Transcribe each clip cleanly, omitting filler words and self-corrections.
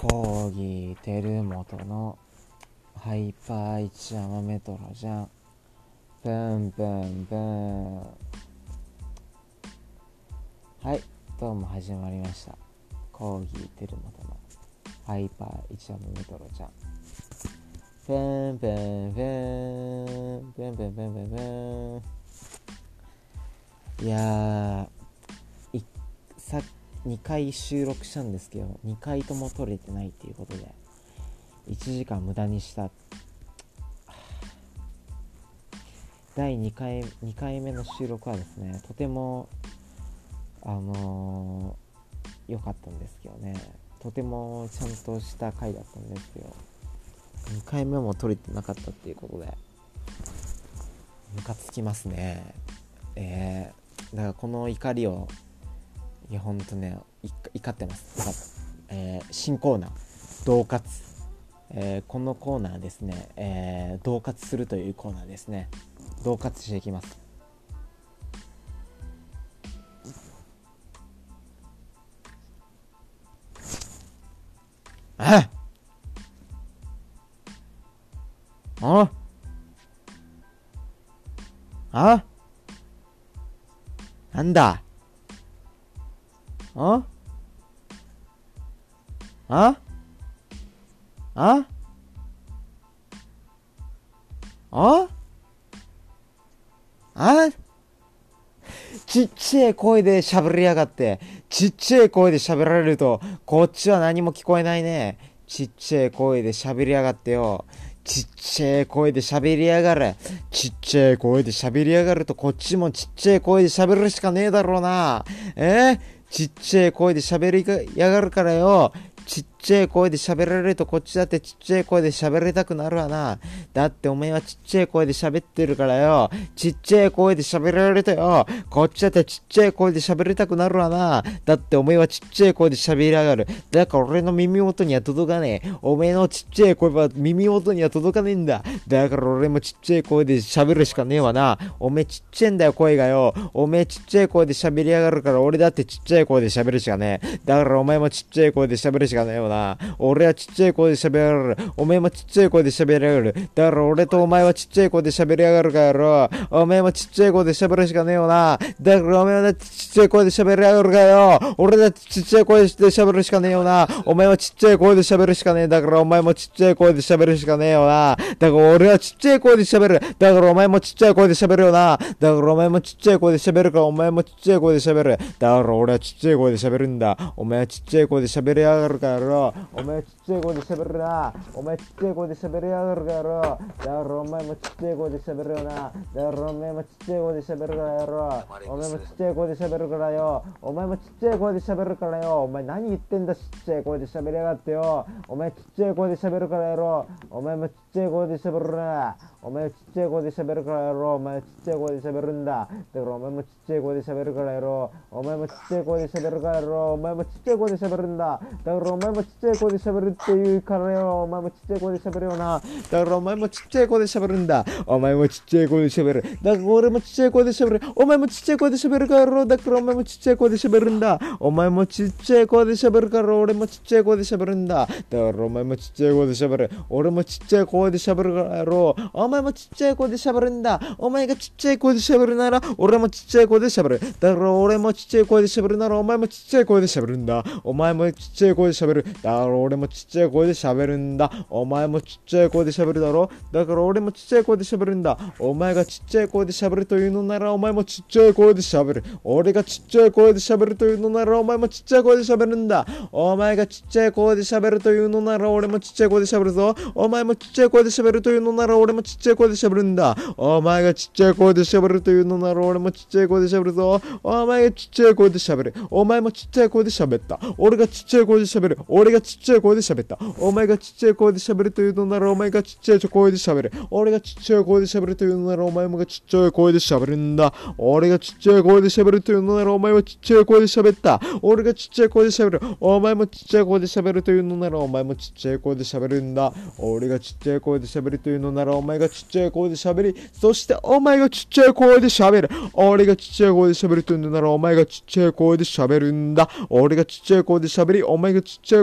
講義テルモトのハイパー一山メトロじゃん。ブンブンブン。はい、どうも始まりました。講義テルモトのハイパー一山メトロじゃん。ブンブンブンブンブンブンブンブン。いや2回収録したんですけど、2回とも撮れてないっていうことで1時間無駄にした。第2回目の収録はですね、とても良かったんですけどね、とてもちゃんとした回だったんですけど、2回目も撮れてなかったっていうことでムカつきますね。だからこの怒りをほんとね、怒ってます。新コーナー恫喝、このコーナーですね、恫喝するというコーナーですね。恫喝していきます。なんだちっちゃい声で喋りやがって。ちっちゃい声で喋られるとこっちは何も聞こえないね。ちっちゃい声で喋りやがってよ。ちっちゃい声で喋りやがる。ちっちゃい声で喋りやがるとこっちもちっちゃい声で喋るしかねえだろうな。ちっちゃい声で喋りやがるからよ。ちっちゃい声で喋られるとこっちだってちっちゃい声で喋りたくなるわな。だってお前はちっちゃい声で喋ってるからよ。ちっちゃい声で喋られるとよ、こっちだってちっちゃい声で喋りたくなるわな。だってお前はちっちゃい声で喋りやがる。だから俺の耳元には届かねえ。お前のちっちゃい声は耳元には届かねえんだ。だから俺もちっちゃい声で喋るしかねえわな。おめえちっちゃいんだよ声がよ。おめえちっちゃい声で喋りやがるから俺だってちっちゃい声で喋るしかねえ。だからお前もちっちゃい声で喋るしかねえよな。俺はちっちゃい声で喋りやがる。お前もちっちゃい声で喋りやがる。だから俺とお前はちっちゃい声で喋りやがるからよ。お前もちっちゃい声で喋るしかねえよな。だからお前はだってちっちゃい声で喋りやがるからよ。俺だってちっちゃい声で喋るしかねえよな。お前はちっちゃい声で喋るしかねえ。だからお前もちっちゃい声で喋るしかねえよな。だから俺はちっちゃい声で喋る。だからお前もちっちゃい声で喋るよな。だからお前もちっちゃい声で喋るからお前もちっちゃい声で喋る。だから俺はちっちゃい声で喋るんだ。お前はちっちゃい声で喋りやがるからよ。お前ちっちゃい声で喋るな。お前ちっちゃい声で喋りやがるからよ。だからお前もちっちゃい声で喋るよな。だからお前もちっちゃい声で喋るからよ。お前もちっちゃい声で喋るからよ。お前もちっちゃい声で喋るからよ。お前何言ってんだ、ちっちゃい声で喋りやがってよ。お前ちっちゃい声で喋るからやろ。お前もちっちゃい声で喋るな。お前ちっちゃい声で喋るからやろ。お前ちっちゃい声で喋るんだ。だからお前もちっちゃい声で喋るからやろ。お前もちっちゃい声で喋るからやろ。お前もちっちゃい声で喋るんだ。だからお前もちっちゃい声で喋るって言うからよ。お前もちっちゃい声で喋るよな。だからお前もちっちゃい声で喋るんだ。お前もちっちゃい声で喋る。だから俺もちっちゃい声で喋る。お前もちっちゃい声で喋るからやろ。だからお前もちっちゃい声で喋るんだ。お前もちっちゃい声で喋るから俺もちっちゃい声で喋るんだ。だからお前もちっちゃい声で喋る。俺もちっちゃい声で喋るからやろ。お前もちっちゃい声で喋るんだ。お前がちっちゃい声で喋るなら俺もちっちゃい声で喋る。だから俺もちっちゃい声で喋るならお前もちっちゃい声で喋るんだ。お前もちっちゃい声で喋る。だから俺もちっちゃい声で喋るんだ。お前もちっちゃい声で喋るだろ。だから俺もちっちゃい声で喋るんだ。お前がちっちゃい声で喋るというのならお前もちっちゃい声で喋る。俺がちっちゃい声で喋るというのならお前もちっちゃい声で喋るんだ。お前がちっちゃい声で喋るというのなら俺もちっちゃい声で喋るぞ。お前もちっちゃい声で喋るというのなら俺もちっちゃい声で喋るんだ。お前がちっちゃい声で喋るというのなら俺もちっちゃい声で喋るぞ。お前がちっちゃい声で喋る。お前もちっちゃい声で喋った。俺がちっちゃい声で喋る。俺がちっちゃい声で喋った。お前がちっちゃい声で喋るというのならお前がちっちゃい声で喋る。俺がちっちゃい声で喋るというのならお前もがちっちゃい声で喋るんだ。俺がちっちゃい声で喋るというのならお前はちっちゃい声で喋った。俺がちっちゃい声で喋る。お前もちっちゃい声で喋るというのならお前もちっちゃい声で喋るんだ。俺がちっちゃい声で喋るというのならお前がちっちゃい声で喋り、そしてお前がちっちゃい声で喋る。俺がちっちゃい声で喋るというのならお前がちっちゃい声で喋るんだ。俺がちっちゃい声で喋り、お前がちっちゃい声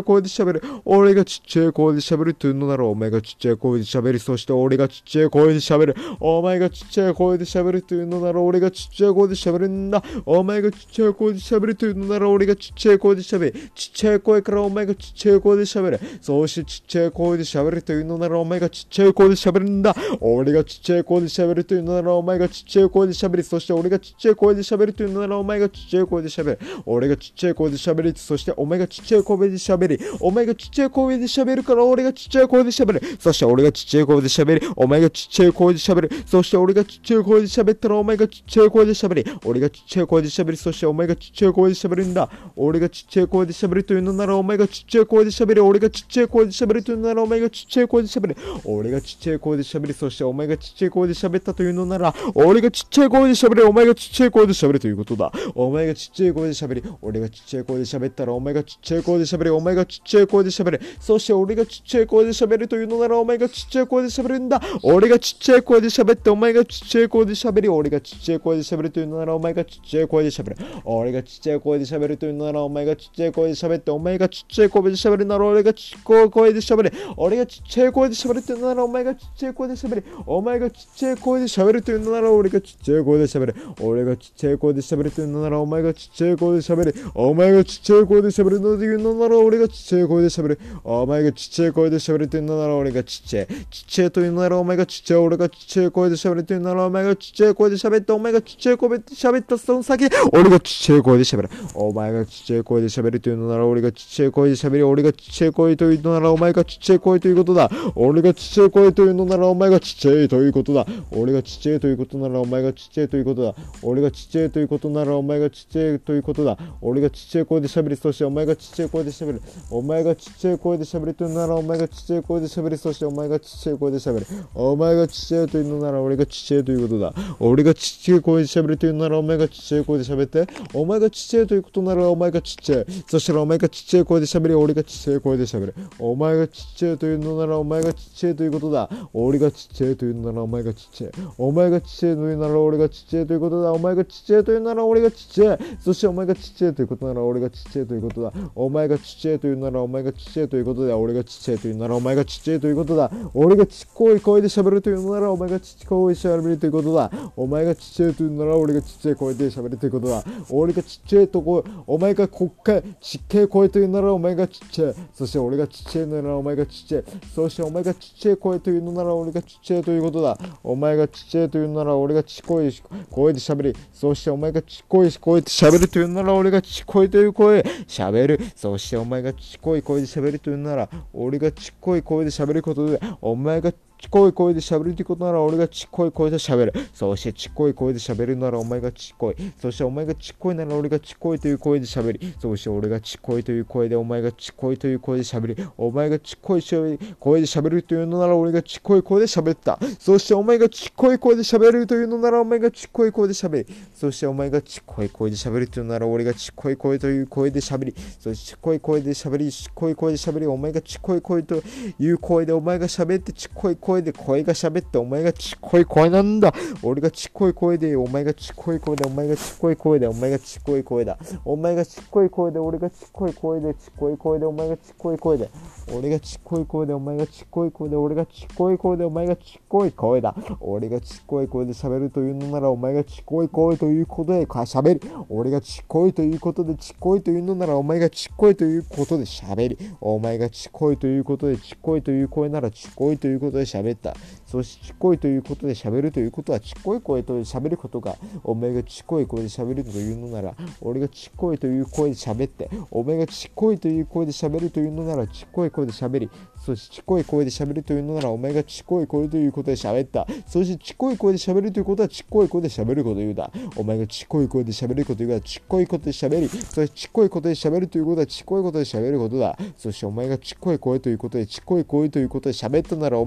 声で喋る。俺がちっちゃい声で喋るというのならお前がちっちゃい声で喋り、そして俺がちっちゃい声で喋る。お前がちっちゃい声で喋るというのなら俺がちっちゃい声で喋るんだ。お前がちっちゃい声で喋るというのなら俺がちっちゃい声で喋る。ちっちゃい声からお前がちっちゃい声で喋る。そしてちっちゃい声で喋るというのならお前がちっちゃい声で喋るんだ。俺がちっちゃい声で喋るというのならお前がちっちゃい声で喋り、そして俺がちっちゃい声で喋るというのならお前がちっちゃい声で喋る。俺がちっちゃい声で喋り、そしてお前がちっちゃい声で喋り、お前がちっちゃい声で喋るから俺がちっちゃい声で喋る。そして俺がちっちゃい声で喋り、お前がちっちゃい声で喋る。そして俺がちっちゃい声で喋ったらお前がちっちゃい声で喋り、俺がちっちゃい声で喋り、そしてお前がちっちゃい声で喋るんだ。俺がちっちゃい声で喋るというのならお前がちっちゃい声で喋り、俺がちっちゃい声で喋るというのならお前がちっちゃい声で喋り、俺がちっちゃい声で喋り、そしてお前がちっちゃい声で喋ったというのなら俺がちっちゃい声で喋り、お前がちっちゃい声で喋るということだ。お前がちっちゃい声で喋り、俺がちっちゃい声で喋ったらお前がちっちゃい声で喋り、お前がちっちゃい声で喋る。そして俺がちっちゃい声で喋るというのならお前がちっちゃい声で喋るんだ。俺がちっちゃい声で喋ってお前がちっちゃい声で喋り、俺がちっちゃい声で喋るというのならお前がちっちゃい声で喋る。俺がちっちゃい声で喋るというのならお前がちっちゃい声で喋ってお前がちっちゃい声で喋るなら俺がちっちゃい声で喋る。俺がちっちゃい声で喋るというのならお前がちっちゃい声で喋り、お前がちっちゃい声で喋るというのなら俺がちっちゃい声で喋る。俺がちっちゃい声で喋るというのならお前がちっちゃい声で喋る。お前がちっちゃい声で喋るというのなら俺がちっちゃい声で喋る。お前がちっちゃい声で喋るというのなら俺がちっちゃい。ちっちゃいというのならお前がちっちゃい。俺がちっちゃい声で喋るというのならお前がちっちゃい声で喋って、お前がちっちゃい声で喋ったその先、俺がちっちゃい声で喋る。お前がちっちゃい声で喋るというのなら俺がちっちゃい声で喋り、俺がちっちゃい声というのならお前がちっちゃい声ということだ。俺がちっちゃい声というのならお前がちっちゃいということだ。俺がちっちゃいということならお前がちっちゃいということだ。俺がちっちゃいということならお前がちっちゃいということだ。俺がちっちゃい声で喋り、そしてお前がちっちゃい声で喋る。お前がちっちゃい声で喋るというのならお前がちっちゃい声で喋り、そしてお前がちっちゃい声で喋る。お前がちっちゃいというのなら俺がちっちゃいということだ。俺がちっちゃい声で喋るというのならお前がちっちゃい声で喋って、お前がちっちゃいということならお前がちっちゃい。そしたらお前がちっちゃい声で喋り、俺がちっちゃい声で喋る。お前がちっちゃいというのならお前がちっちゃいということだ。俺がちっちゃいというのならお前がちっちゃい。お前がちっちゃいというなら俺がちっちゃいということだ。お前がちっちゃいというなら俺がちっちゃい。そしてお前がちっちゃいということなら俺がちっちゃいということだ。お前がちっちゃいというならお前がちっちゃいということだ。俺がちっちゃいというならお前がちっちゃいということだ。俺がちっこい声で喋るというのならお前がちっこい喋るということだ。お前がちっちゃいというなら俺がちっちゃい声で喋るということだ。俺がちっちゃいとこ、お前がこっかちっけい声というならお前がちっちゃい。そして俺がちっちゃいならお前がちっちゃい。そしてお前がちっちゃい声というのなら俺がちっちゃいということだ。お前がちっちゃいというなら俺がちっこい声で喋り、そしてお前がちっこい声で喋るというなら俺がちっこいという声で喋る。そしてお前がちっこい声で喋るというなら俺がちっこい声で喋ることで、お前がちっこい声で喋るということなら俺がちっこい声で喋る。そしてちっこい声で喋るならお前がちっこい。そしてお前がちっこいなら俺がちっこいという声で喋り。そして俺がちっこいという声でお前がちっこいという声で喋り。お前がちっこい声で喋るというのなら俺がちっこい声で喋った。そしてお前がちっこい声で喋るというのならお前がちっこい声で喋り。そしてお前がちっこい声で喋るというなら俺がちっこい声という声で喋り。そしてちっこい声で喋り、ちっこい声で喋り。お前がちっこい声という声でお前が喋ってちっこい声で声が喋ってお前がちっこい声なんだ。俺がちっこい声でお前がちっこい声でお前がちっこい声でお前がちっこい声だ。お前がちっこい声で俺がちっこい声でちっこい声でお前がちっこい声で俺がちっこい声でお前がちっこい声で俺がちっこい声でお前がちっこい声だ。俺がちっこい声で喋るというのならお前がちっこい声ということで喋り。俺がちっこいということでちっこいというのならお前がちっこいということで喋り。お前がちっこいということでちっこいという声ならちっこいということで喋った。そしてちっこいということで喋るということはちっこい声と喋ることが、お前がちっこい声で喋るというのなら俺がちっこいという声で喋って、お前がちっこいという声で喋るというのならちっこい声で喋り。そしてちっこい声で喋るというのならお前がちっこい声ということで喋った。そしてちっこい声で喋るということはちっこい声で喋ること言うだ。お前がちっこい声で喋ること言うからちっこいことで喋り。そしてちっこいことで喋るということはちっこいことで喋ることだ。そしてお前がちっこい声ということでちっこい声ということで喋ったならお前がちっ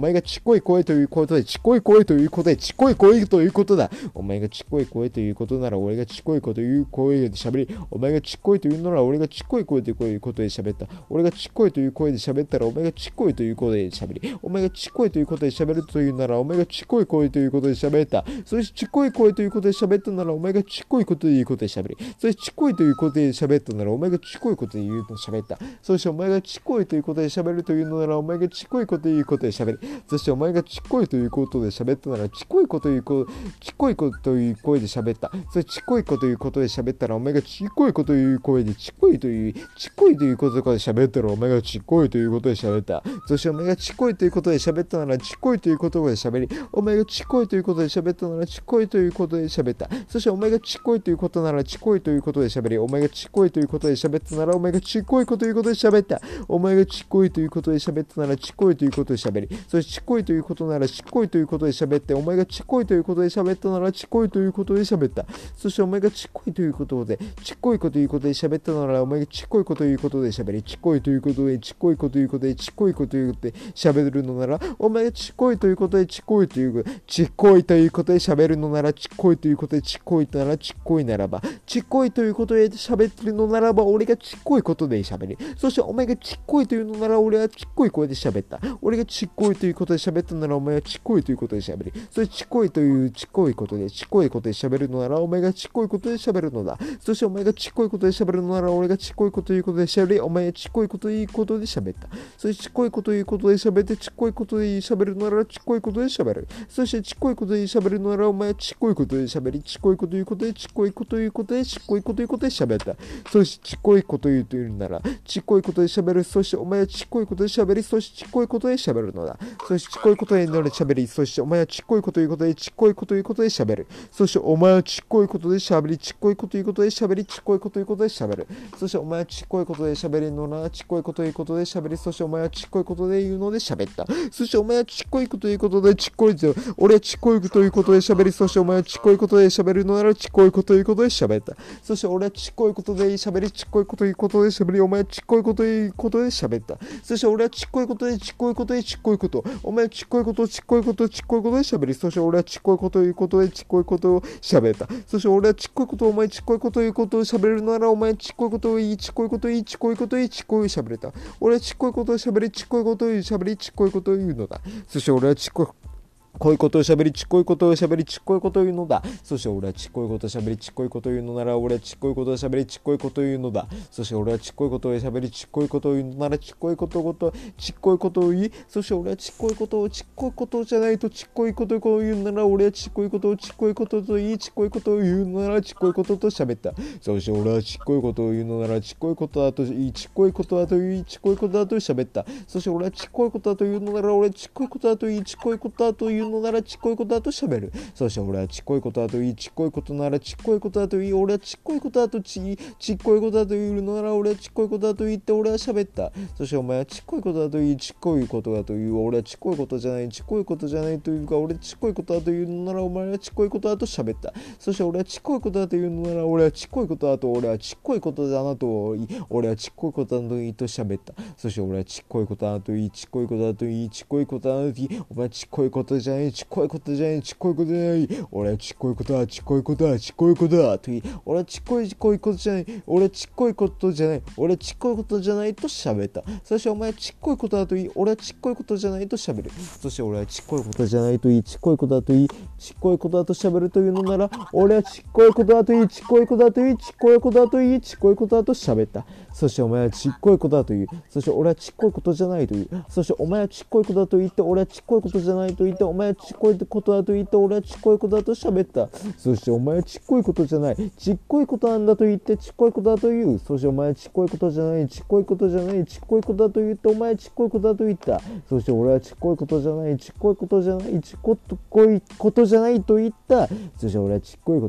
こい声ということで、ちっこい声ということで、ちっこい声ということだ。お前がちっこい声ということなら、俺がちっこい声という声で喋り、お前がちっこいというなら、俺がちっこい声ということで喋った。俺がちっこいという声で喋ったら、お前がちっこいという声で喋り、お前がちっこいということで喋るというなら、お前がちっこい声ということで喋った。そしてちっこい声ということで喋ったなら、お前がちっこいことで言うことで喋り、そしてちっこいということで喋ったなら、お前がちっこいことで言うの喋った。そしてお前がちっこいということで喋るというのなら、お前がちっこいことで言うことで喋り、そしてお前がちっこいということで喋ったなら、ちっこいことという声で喋った。そしてちっこいことということで喋ったら、お前がちっこいことという声でちっこいということで喋ったら、お前がちっこいということで喋った。そしてお前がちっこいということで喋ったなら、ちっこいということで喋り、お前がちっこいということで喋ったなら、ちっこいということで喋った。そしてお前がちっこいということなら、ちっこいということで喋り、お前がちっこいということで喋ったなら、お前がちっこいこということで喋った。お前がちっこいということで喋ったなら、ちっこいということで喋り、そしてちっこいということなら、ちっこいということで喋って、お前がちっこいということで喋ったなら、ちっこいということで喋った。そしてお前がちっこいということで、ちっこいこということで喋ったなら、お前がちっこいこということで喋り、ちっこいということで、ちっこいこということで、ちっこいこということで喋るのなら、お前がちっこいということで、ちっこいということで、ちっこいということで喋るのなら、ちっこいということで、ちっこいなら、ちっこいならば、ちっこいということで喋ってるのならば、俺がちっこいことで喋り、そしてお前がちっこいというのなら、俺はちっこい声で喋った。俺がちっこいということで喋ったなら、お前はちっこいということで喋り、そしてちっこいというちっこいことで喋るのなら、お前がちっこいことで喋るのだ。そしてお前がちっこいことで喋るのなら、俺がちっこいこということで喋り、お前はちっこいこということで喋った。そしてちっこいこということで喋って、ちっこいことで喋るのなら、ちっこいことで喋る。そしてちっこいことで喋るのなら、お前はちっこいことで喋り、ちっこいこということで、ちっこいこということで、ちっこいこということで喋った。そしてちっこいこと言うというなら、ちっこいことで喋る。そしてお前はちっこいことで喋り、そしてちっこいことで喋るのだ。そしてちっこいことで喋り、そしてお前はちっこいこということで、ちっこいこということで喋る。そしてお前はちっこいことで喋り、ちっこいこということで喋り、ちっこいこということで喋る。そしてお前はちっこいことで喋るのなら、ちっこいこということで喋り、そしてお前はちっこいことで言うので喋った。そしてお前はちっこいこということで、ちっこいと、俺はちっこいこということで喋り、そしてお前はちっこいことで喋るのなら、ちっこいこということで喋った。そして俺はちっこいことで喋り、ちっこいこということで喋り、お前はちっこいこということで喋った。そして俺はちっこいことでちっこいことでちっこいこと、お前はちっこいことちっこいことちっこいことで喋り、そして俺はちっこいこということでちっこいことを喋った。そして俺はちっこいことをお前ちっこいこということを喋るなら、お前ちっこいことを言い、ちっこいことを言い、ちっこいことを言い、ちっこい喋れた。俺はちっこいことを喋り、ちっこいことを喋り、ちっこいことを言うのだ。そして俺はちっこいこういうことを喋り、ちっこいことを喋り、ちっこいことを言うのだ。そして俺はちっこいことを喋り、ちっこいことを言うのなら、俺はちっこいことを喋り、ちっこいことを言うのだ。そして俺はちっこいことを喋り、ちっこいことを言うのなら、ちっこいことを言い、そして俺はちっこいことを、ちっこいことじゃないと、ちっこいことを言うなら、俺はちっこいことを、ちっこいことと言い、ちっこいことを言うのなら、ちっこいことと喋った。そして俺はちっこいことを言うのなら、ちっこいことだと言い、ちっこいことだと言い、ちっこいことだと喋った。そして俺はちっこいことだと言うのなら、俺はちっこいことだと言い、ちっこいことだと言うのなら、ちっこいことだと喋る。そして俺はちっこいことだと言い、ちっこいことならちっこいことだと言い、俺はちっこいことだとちっこいことだと言うのなら、俺はちっこいことだと言って俺は喋った。そしてお前はちっこいことだと言い、ちっこいことだと言う、俺はちっこいことじゃない、ちっこいことじゃないというか、俺はちっこいことだと言うのなら、お前はちっこいことだと喋った。そして俺はちっこいことだと言うのなら、俺はちっこいことだと、俺はちっこいことだなと言い、俺はちっこいことだと言いと喋った。そして俺はちっこいことだと言い、ちっこいことだと言い、ちっこいことだと言い、お前はちっこいことじゃない、ちっこいことじゃない、ちっこいことじゃない、俺はちっこいことだ、ちっこいことだ、ちっこいことだと言い、俺はちっこいことじゃない、俺はちっこいことじゃない、俺はちっこいことじゃないと喋った。そしてお前はちっこいことだと言い、俺はちっこいことじゃないと喋る。そして俺はちっこいことじゃないと言い、ちっこいことだと言い、ちっこいことだと喋るというのなら、俺はちっこいことだと言い、ちっこいことだと言い、ちっこいことだと言い、ちっこいことだと喋った。そしてお前はちっこいことだと言う。そして俺はちっこいことじゃないと言う。そしてお前はちっこいことだと言って、俺はちっこいことじゃないと言って、お前はちっこいことだと言って、俺はちっこいことだと喋った。そしてお前はちっこいことじゃない、ちっこいことなんだと言って、ちっこいことだと言う。そしてお前はちっこいことじゃない、ちっこいことじゃない、ちっこいことだと言って、お前はちっこいことだと言った。そして俺はちっこいことじゃない、ちっこいことじゃない、ちっこいことじゃないと言った。そして俺はちっこいことだ、ち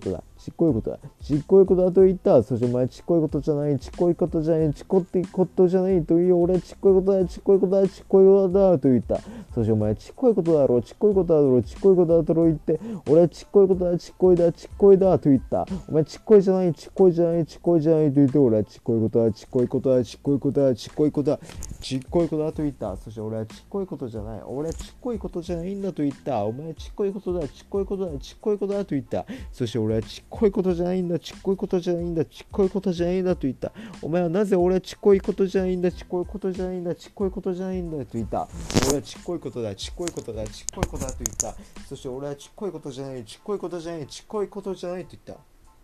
ちっこいことだ、ちっこいことだと言った。そしてお前ちっこいことじゃない、ちっこいことじゃない、ちっこってことじゃないと言い、俺ちっこいことだ、ちっこいことだ、ちっこいことだと言った。そしてお前ちっこいことだろう、ちっこいことだろう、ちっこいことだろう言って、俺ちっこいことだ、ちっこいだ、ちっこいだと言った。お前ちっこいじゃない、ちっこいじゃない、ちっこいじゃないと言って、俺はちっこいことだ、ちっこいことだ、ちっこいことだ、ちっこいことだ、ちっこいことだと言った。そして俺はちっこいことじゃない、俺はちっこいことじゃないんだと言った。お前ちっこいことだ、ちっこいことだ、ちっこいことだと言った。そして俺はちっこいことじゃないんだ、ちっこいことじゃないんだ、ちっこいことじゃないんだと言った。お前はなぜ俺はちっこいことじゃないんだ、ちっこいことじゃないんだ、ちっこいことじゃないんだと言った。俺はちっこいことだ、ちっこいことだ、ちっこいことだと言った。そして俺はちっこいことじゃない、ちっこいことじゃない、ちっこいことじゃないと言った。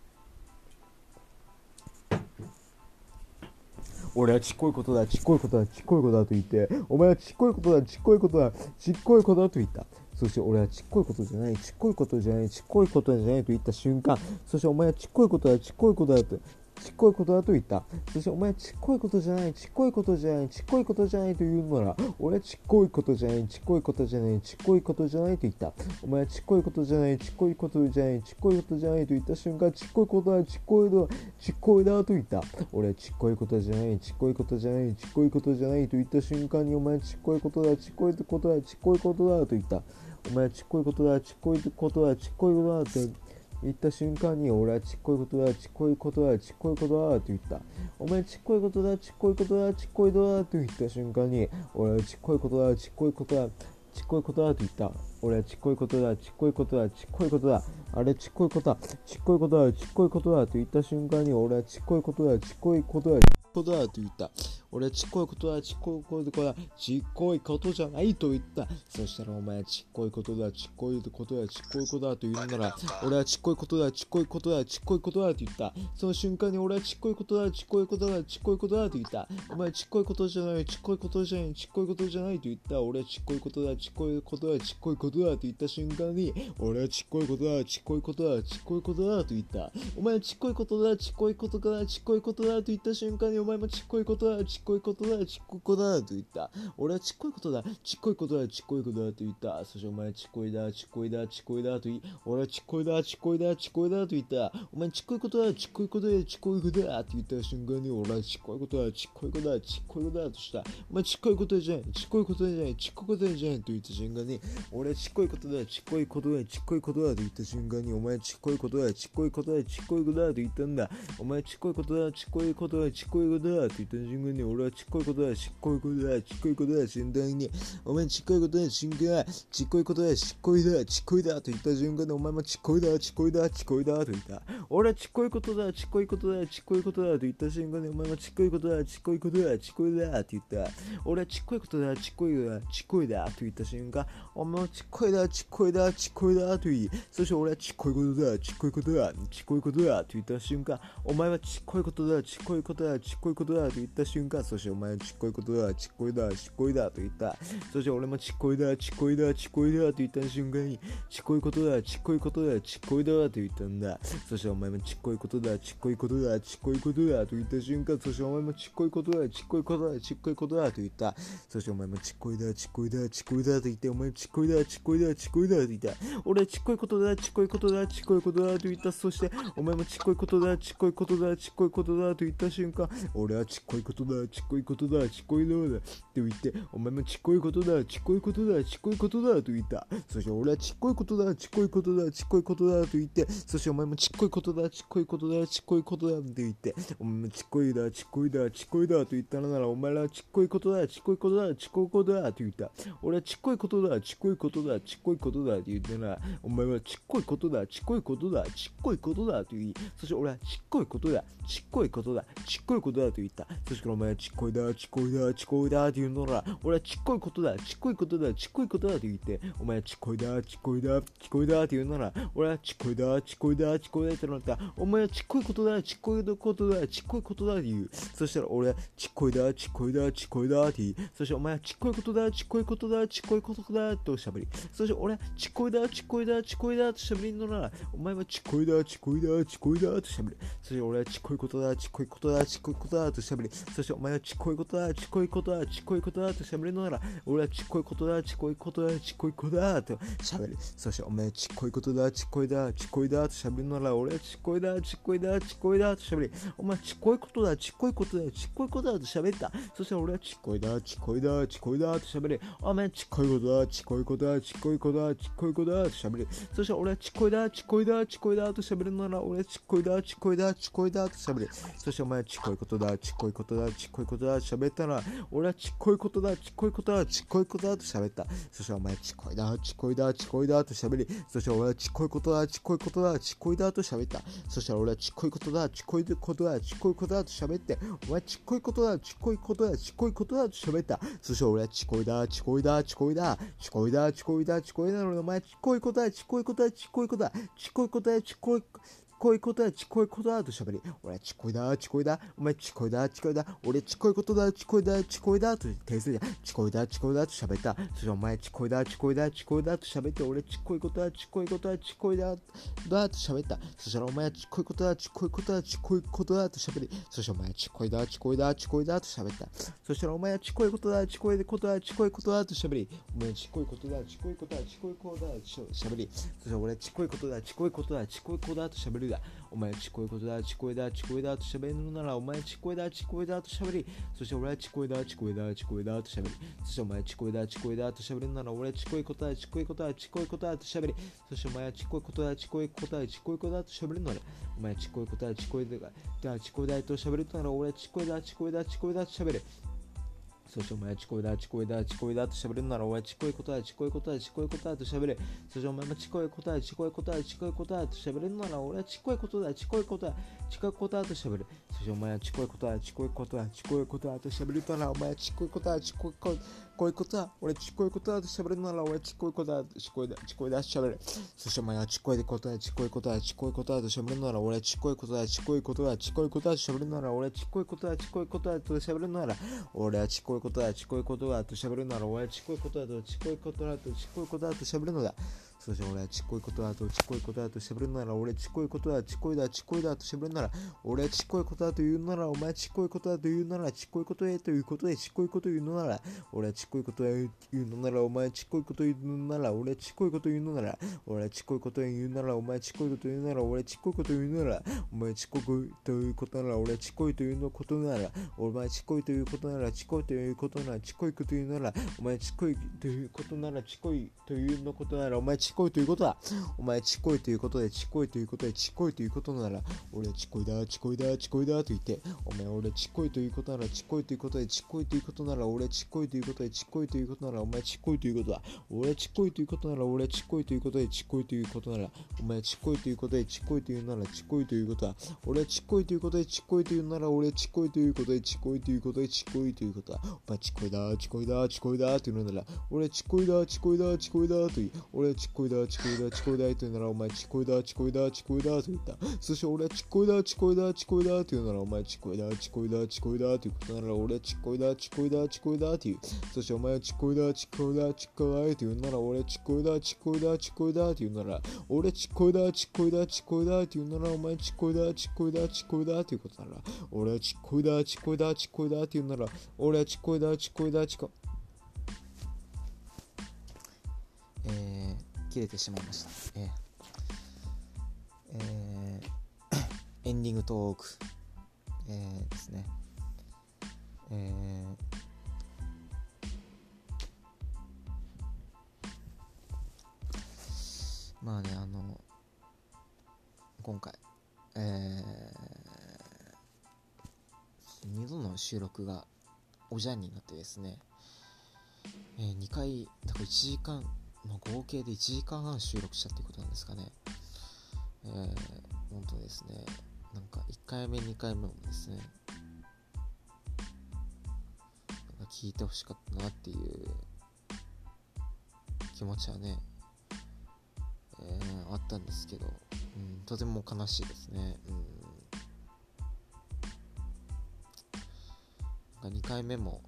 俺はちっこいことだ、ちっこいことだ、ちっこいことだと言って、お前はちっこいことだ、ちっこいことだ、ちっこいことだと言った。そして俺はちっこいことじゃない、ちっこいことじゃない、ちっこいことじゃないと言った瞬間、そしてお前はちっこいことだ、ちっこいことだと、ちっこいことだと言った。そしてお前はちっこいことじゃない、ちっこいことじゃない、ちっこいことじゃないと言うなら、俺はちっこいことじゃない、ちっこいことじゃない、ちっこいことじゃないと言った。お前はちっこいことじゃない、ちっこいことじゃない、ちっこいことじゃないと言った瞬間、ちっこいことだ、ちっこいだ、ちっこいだと言った。俺はちっこいことじゃない、ちっこいことじゃない、ちっこいことじゃないと言った瞬間に、お前はちっこいことだ、ちっこいことだ、ちっこいことだと言った。お前はちっこいことだ、ちっこいことだ、ちっこいことだって言った瞬間に、俺はちっこいことだ、ちっこいことだ、ちっこいことだと言った。お前ちっこいことだ、ちっこいことだ、ちっこいことだと言った瞬間に、俺はちっこいことだ、ちっこいことだ、ちっこいことだと言った。俺はちっこいことだ、ちっこいことだ、ちっこいことだ、あれちっこいことだ、ちっこいことだ、ちっこいことだと言った瞬間に、俺はちっこいことだ、ちっこいことだ、ちっこいことだと言った。俺はちっこいことだ、ちっこいことだ、ちっこいことじゃないと言った。そしたらお前はちっこいことだ、ちっこいことだ、ちっこいことだと言うなら、俺はちっこいことだ、ちっこいことだ、ちっこいことだと言った。その瞬間に俺はちっこいことだ、ちっこいことだ、ちっこいことだと言った。お前ちっこいことじゃない、ちっこいことじゃない、ちっこいことじゃないと言った。俺はちっこいことだ、ちっこいことだ、ちっこいことだと言った瞬間に、俺はちっこいことだ、ちっこいことだ、ちっこいことだと言った。お前ちっこいことだ、ちっこいことだ、ちっこいことだと言った瞬間に、お前もちっこいことだ、ちっこいことだ、ちっこいことだと言った。俺はちっこいことだ、ちっこいことだ、ちっこいことだと言った。そしてお前はちっこいだ、ちっこいだ、ちっこいだと言い、俺はちっこいだ、ちっこいだ、ちっこいだと言った。お前ちっこいことだ、ちっこいことだ、ちっこいことだと言った瞬間に、俺はちっこいことだ、ちっこいことだ、ちっこいことだとした。お前ちっこいことじゃない、ちっこいことじゃない、ちっこいことじゃないと言った瞬間に、俺はちっこいことだ、ちっこいことだ、ちっこいことだと言った瞬間に、お前ちっこいことだ、ちっこいことだ、ちっこいことだと言ったんだ。お前ちっこいことだ、ちっこいことだ、ちっこいことだと言った瞬間に、俺はちっこいことだ、ちっこいことだ、ちっこいことだ、瞬間に、お前ちっこいことだ、瞬間、ちっこいことだ、ちっこいだ、ちっこいだと言った瞬間に、お前もちっこいだ、ちっこいだ、ちっこいだと言った。俺はちっこいことだ、ちっこいことだ、ちっこいことだと言った瞬間に、お前もちっこいことだ、ちっこいことだ、ちっこいだと言った。俺はちっこいことだ、ちっこいだ、ちっこいだと言った瞬間、お前もちっこいだ、ちっこいだ、ちっこいだと言い、そして俺はちっこいことだ、ちっこいことだ、ちっこいことだと言った瞬間、お前はちっこいことだ、ちっこいことだ、ちっこいことだと言った瞬間、そしてお前はちっこいことだ、ちっこいだ、ちっこいだと言った。そして俺もちっこいだ、ちっこいだ、ちっこいだと言った瞬間に、ちっこいことだ、ちっこいことだ、ちっこいだと言ったんだ。そしてお前もちっこいことだ、ちっこいことだ、ちっこいことだと言った瞬間、そしてお前もちっこいことだ、ちっこいことだ、ちっこいことだと言った。そしてお前もちっこいだ、ちっこいだ、ちっこいだと言って、お前ちっこいだ、ちっこいだ、ちっこいだと言った。俺はちっこいことだ、ちっこいことだ、ちっこいことだと言った。そしてお前もちっこいことだ、ちっこいことだ、ちっこいことだと言った瞬間、俺はちっこいことだ、ちっこいことだ、ちっこいことだと言って、お前もちっこいことだ、ちっこいことだ、ちっこいことだと言った。そして俺はちっこいことだ、ちっこいことだ、ちっこいことだと言って、そしてお前もちっこいことだ、ちっこいことだ、ちっこいことだと言って、お前もちっこいだ、ちっこいだ、ちっこいだと言ったのなら、お前らちっこいことだ、ちっこいことだ、ちっこいことだと言った。俺はちっこいことだ、ちっこいことだ、ちっこいことだと言ったなら、お前はちっこいことだ、ちっこいことだ、ちっこいことだと言い、そして俺はちっこいことだ、ちっこいことだ、ちっこいことだと言った。そしてお前はちっこいだ、ちっこいだ、ちっこいだと言うのなら、俺はちっこいことだ、ちっこいことだ、ちっこいことだと言って、お前はちっこいだ、ちっこいだ、ちっこいだと言うなら、俺はちっこいだ、ちっこいだ、ちっこいだとなった。お前はちっこいことだ、ちっこいことだ、ちっこいことだと言う。そしたら俺はちっこいだ、ちっこいだ、ちっこいだと言い、そしてお前はちっこいことだ、ちっこいことだ、ちっこいことだと喋り、そして俺はちっこいだ、ちっこいだ、ちっこいだと喋りのなら、お前はちっこいだ、ちっこいだ、ちっこいだと喋り、そして俺はちっこいことだ、ちっこいことだ、ちっこいことだと喋り、そしてお前はちっこいことだちっこいことだちっこいことだと喋るのなら俺はちっこいことだちっこいことだちっこいことだと喋る。そしてお前ちっこいことだちっこいだちっこいだと喋るのなら俺はちっこいだちっこいだちっこいだと喋る。お前ちっこいことだちっこいことだちっこいことだと喋った。そして俺はちっこいだちっこいだちっこいだと喋る。お前ちっこいことだちっこいことだちっこいことだちっこいことだと喋る。そして俺はちっこいだちっこいだちっこいだと喋るのなら俺はちっこいだちっこいだちっこいだと喋る。そしてお前ちっこいことだちっこいことだちっこいことだと喋ったら俺はちっこいことだちっこいことだちっこいことだと喋った。そしてお前ちっこいだちっこいだちっこいだと喋り。そして俺はちっこいことだちっこいことだちっこいだと喋った。そして俺はちっこいことだちっこいことだちっこいことだと喋って、お前ちっこいことだちっこいことだちっこいことだと喋った。そして俺はちっこいだちっこいだちっこいだちっこいだちっこいだちっこいだのお前ちっこいことだちっこいことだちっこいことだちっこいことだちっこいこういうことだちこういうことだと喋り。俺はちこいだちこいだお前ちこいだちこいだ俺ちこいことだちこいだちこいだと訂正でちこいだちこいだと喋った。そしてお前ちこいだちこいだちこいだと喋って俺ちこいことだちこいことだちこいだと喋った。そしたらお前ちこいことだちこいことだちこいことだと喋り。そしてお前ちこいだちこいだちこいだと喋った。そしたらお前ちこいことだちこいことだちこいことだと喋り。お前ちこいことだちこいことだちこいことだと喋り。そして俺ちこいことだちこいことだちこいことだと喋る。お前ちこいことだちこいだちこいだと喋るのならお前ちこいだちこいだと喋り。そして俺はちこいだちこいだちこいだと喋り。そしてお前ちこいだちこいだと喋るのなら俺はちこいことだちこいことだちこいことだと喋り。そしてお前はちこいことだちこいことだちこいことだと喋るのならお前ちこいことだちこいだちこいだと喋るのなら俺はちこいだちこいだちこいだと喋る。そしてお前ちこいだちこいだちこいだと喋るならお前ちこいことだちこいことだちこいことだと喋れ。そしてお前もちこいことだちこいことだちこいことだと喋るなら俺はちこいことだちこいことだちこいことだと喋る。そしてお前はちこいことだちこいことだちこいことだと喋るならお前はちこいことだちこいことだ俺ちこいことだと喋るなら俺ちこいことだちこいだちこいだと喋る。そしてお前はちこいことだちこいことだちこいことだと喋るなら俺ちこいことだちこいことだちこいことだと喋るなら俺ちこいことだちこいことだと喋るなら俺はちこいことだちこいことだと喋るなら俺はちこいことだとちこいことだとちこいことだと喋るのだ。そして俺はちこいことだとちこいことだと喋るなら俺ちこいことだちこいだちこいだと喋るなら俺はちこいことだと言うならお前ちこいことだと言うならちこいことへということでちこいこと言うのなら俺はちこいことへ言うのならお前ちこいこと言うのなら俺はちこいこと言うのなら俺はちこいこと言うならお前ちこいこと言うなら俺はちこいこと言うならお前ちこいということなら俺はちこいというのことならお前ちこいということならちこいということならちこいこと言うならお前ちこいということならちこいというのことならお前ちこいということだ。お前ちこいということでちこいということでちこいということなら俺はちこいだちこいだちこいだと言ってお前俺ちこいということならちこいということでちこいということなら俺ちこいということでちこいということならお前ちこいということだ。俺ちこいということなら俺ちこいということでちこいということならお前ちこいということでちこいというならちこいということだ。俺ちこいということでちこいというなら俺ちこいということでちこいということでちこいということだ。お前ちこいだちこいだちこいだというなら俺ちこいだちこいだちこいだと言い俺ちこいだちこいだちこいだというならお前ちこいだちこいだちこいだと言った。そして俺はちこいだちこいだちこいだというならお前ちこいだちこいだちこいだということなら俺ちこいだちこいだちこいだという。そしてお前ちこいだちこいだちこいだというなら俺ちこいだちこいだちこいだというなら俺ちこいだちこいだちこいだというならお前ちこいだちこいだちこいだということなら俺はちこいだちこいだちこいだというなら俺はちこいだちこいだちこ切れてしまいました。エンディングトーク、ですね。まあね今回2度の収録がおじゃんになってですね、2回だから1時間合計で1時間半収録したっていうことなんですかね。本当ですね、なんか1回目2回目もですねなんか聞いてほしかったなっていう気持ちはね、あったんですけど、とても悲しいですね。なんか2回目も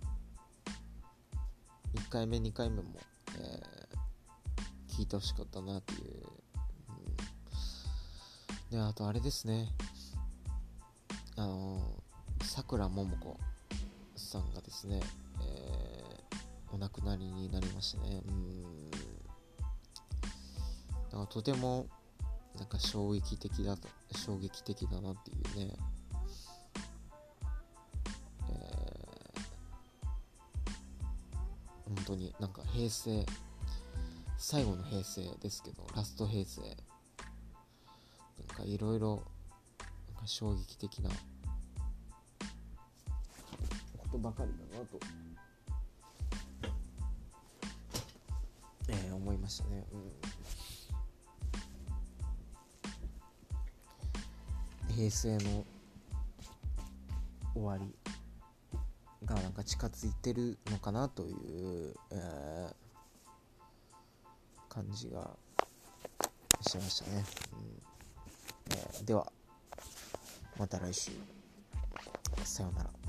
1回目2回目も、聞いてほしかったなっていう、であとあれですね、さくらももこさんがですね、お亡くなりになりましたね。だからとてもなんか衝撃的だなっていうね、本当になんか平成、最後の平成ですけど、ラスト平成、なんかいろいろ衝撃的なことばかりだなと、思いましたね。平成の終わりがなんか近づいてるのかなという、感じがしましたね。ではまた来週、さようなら。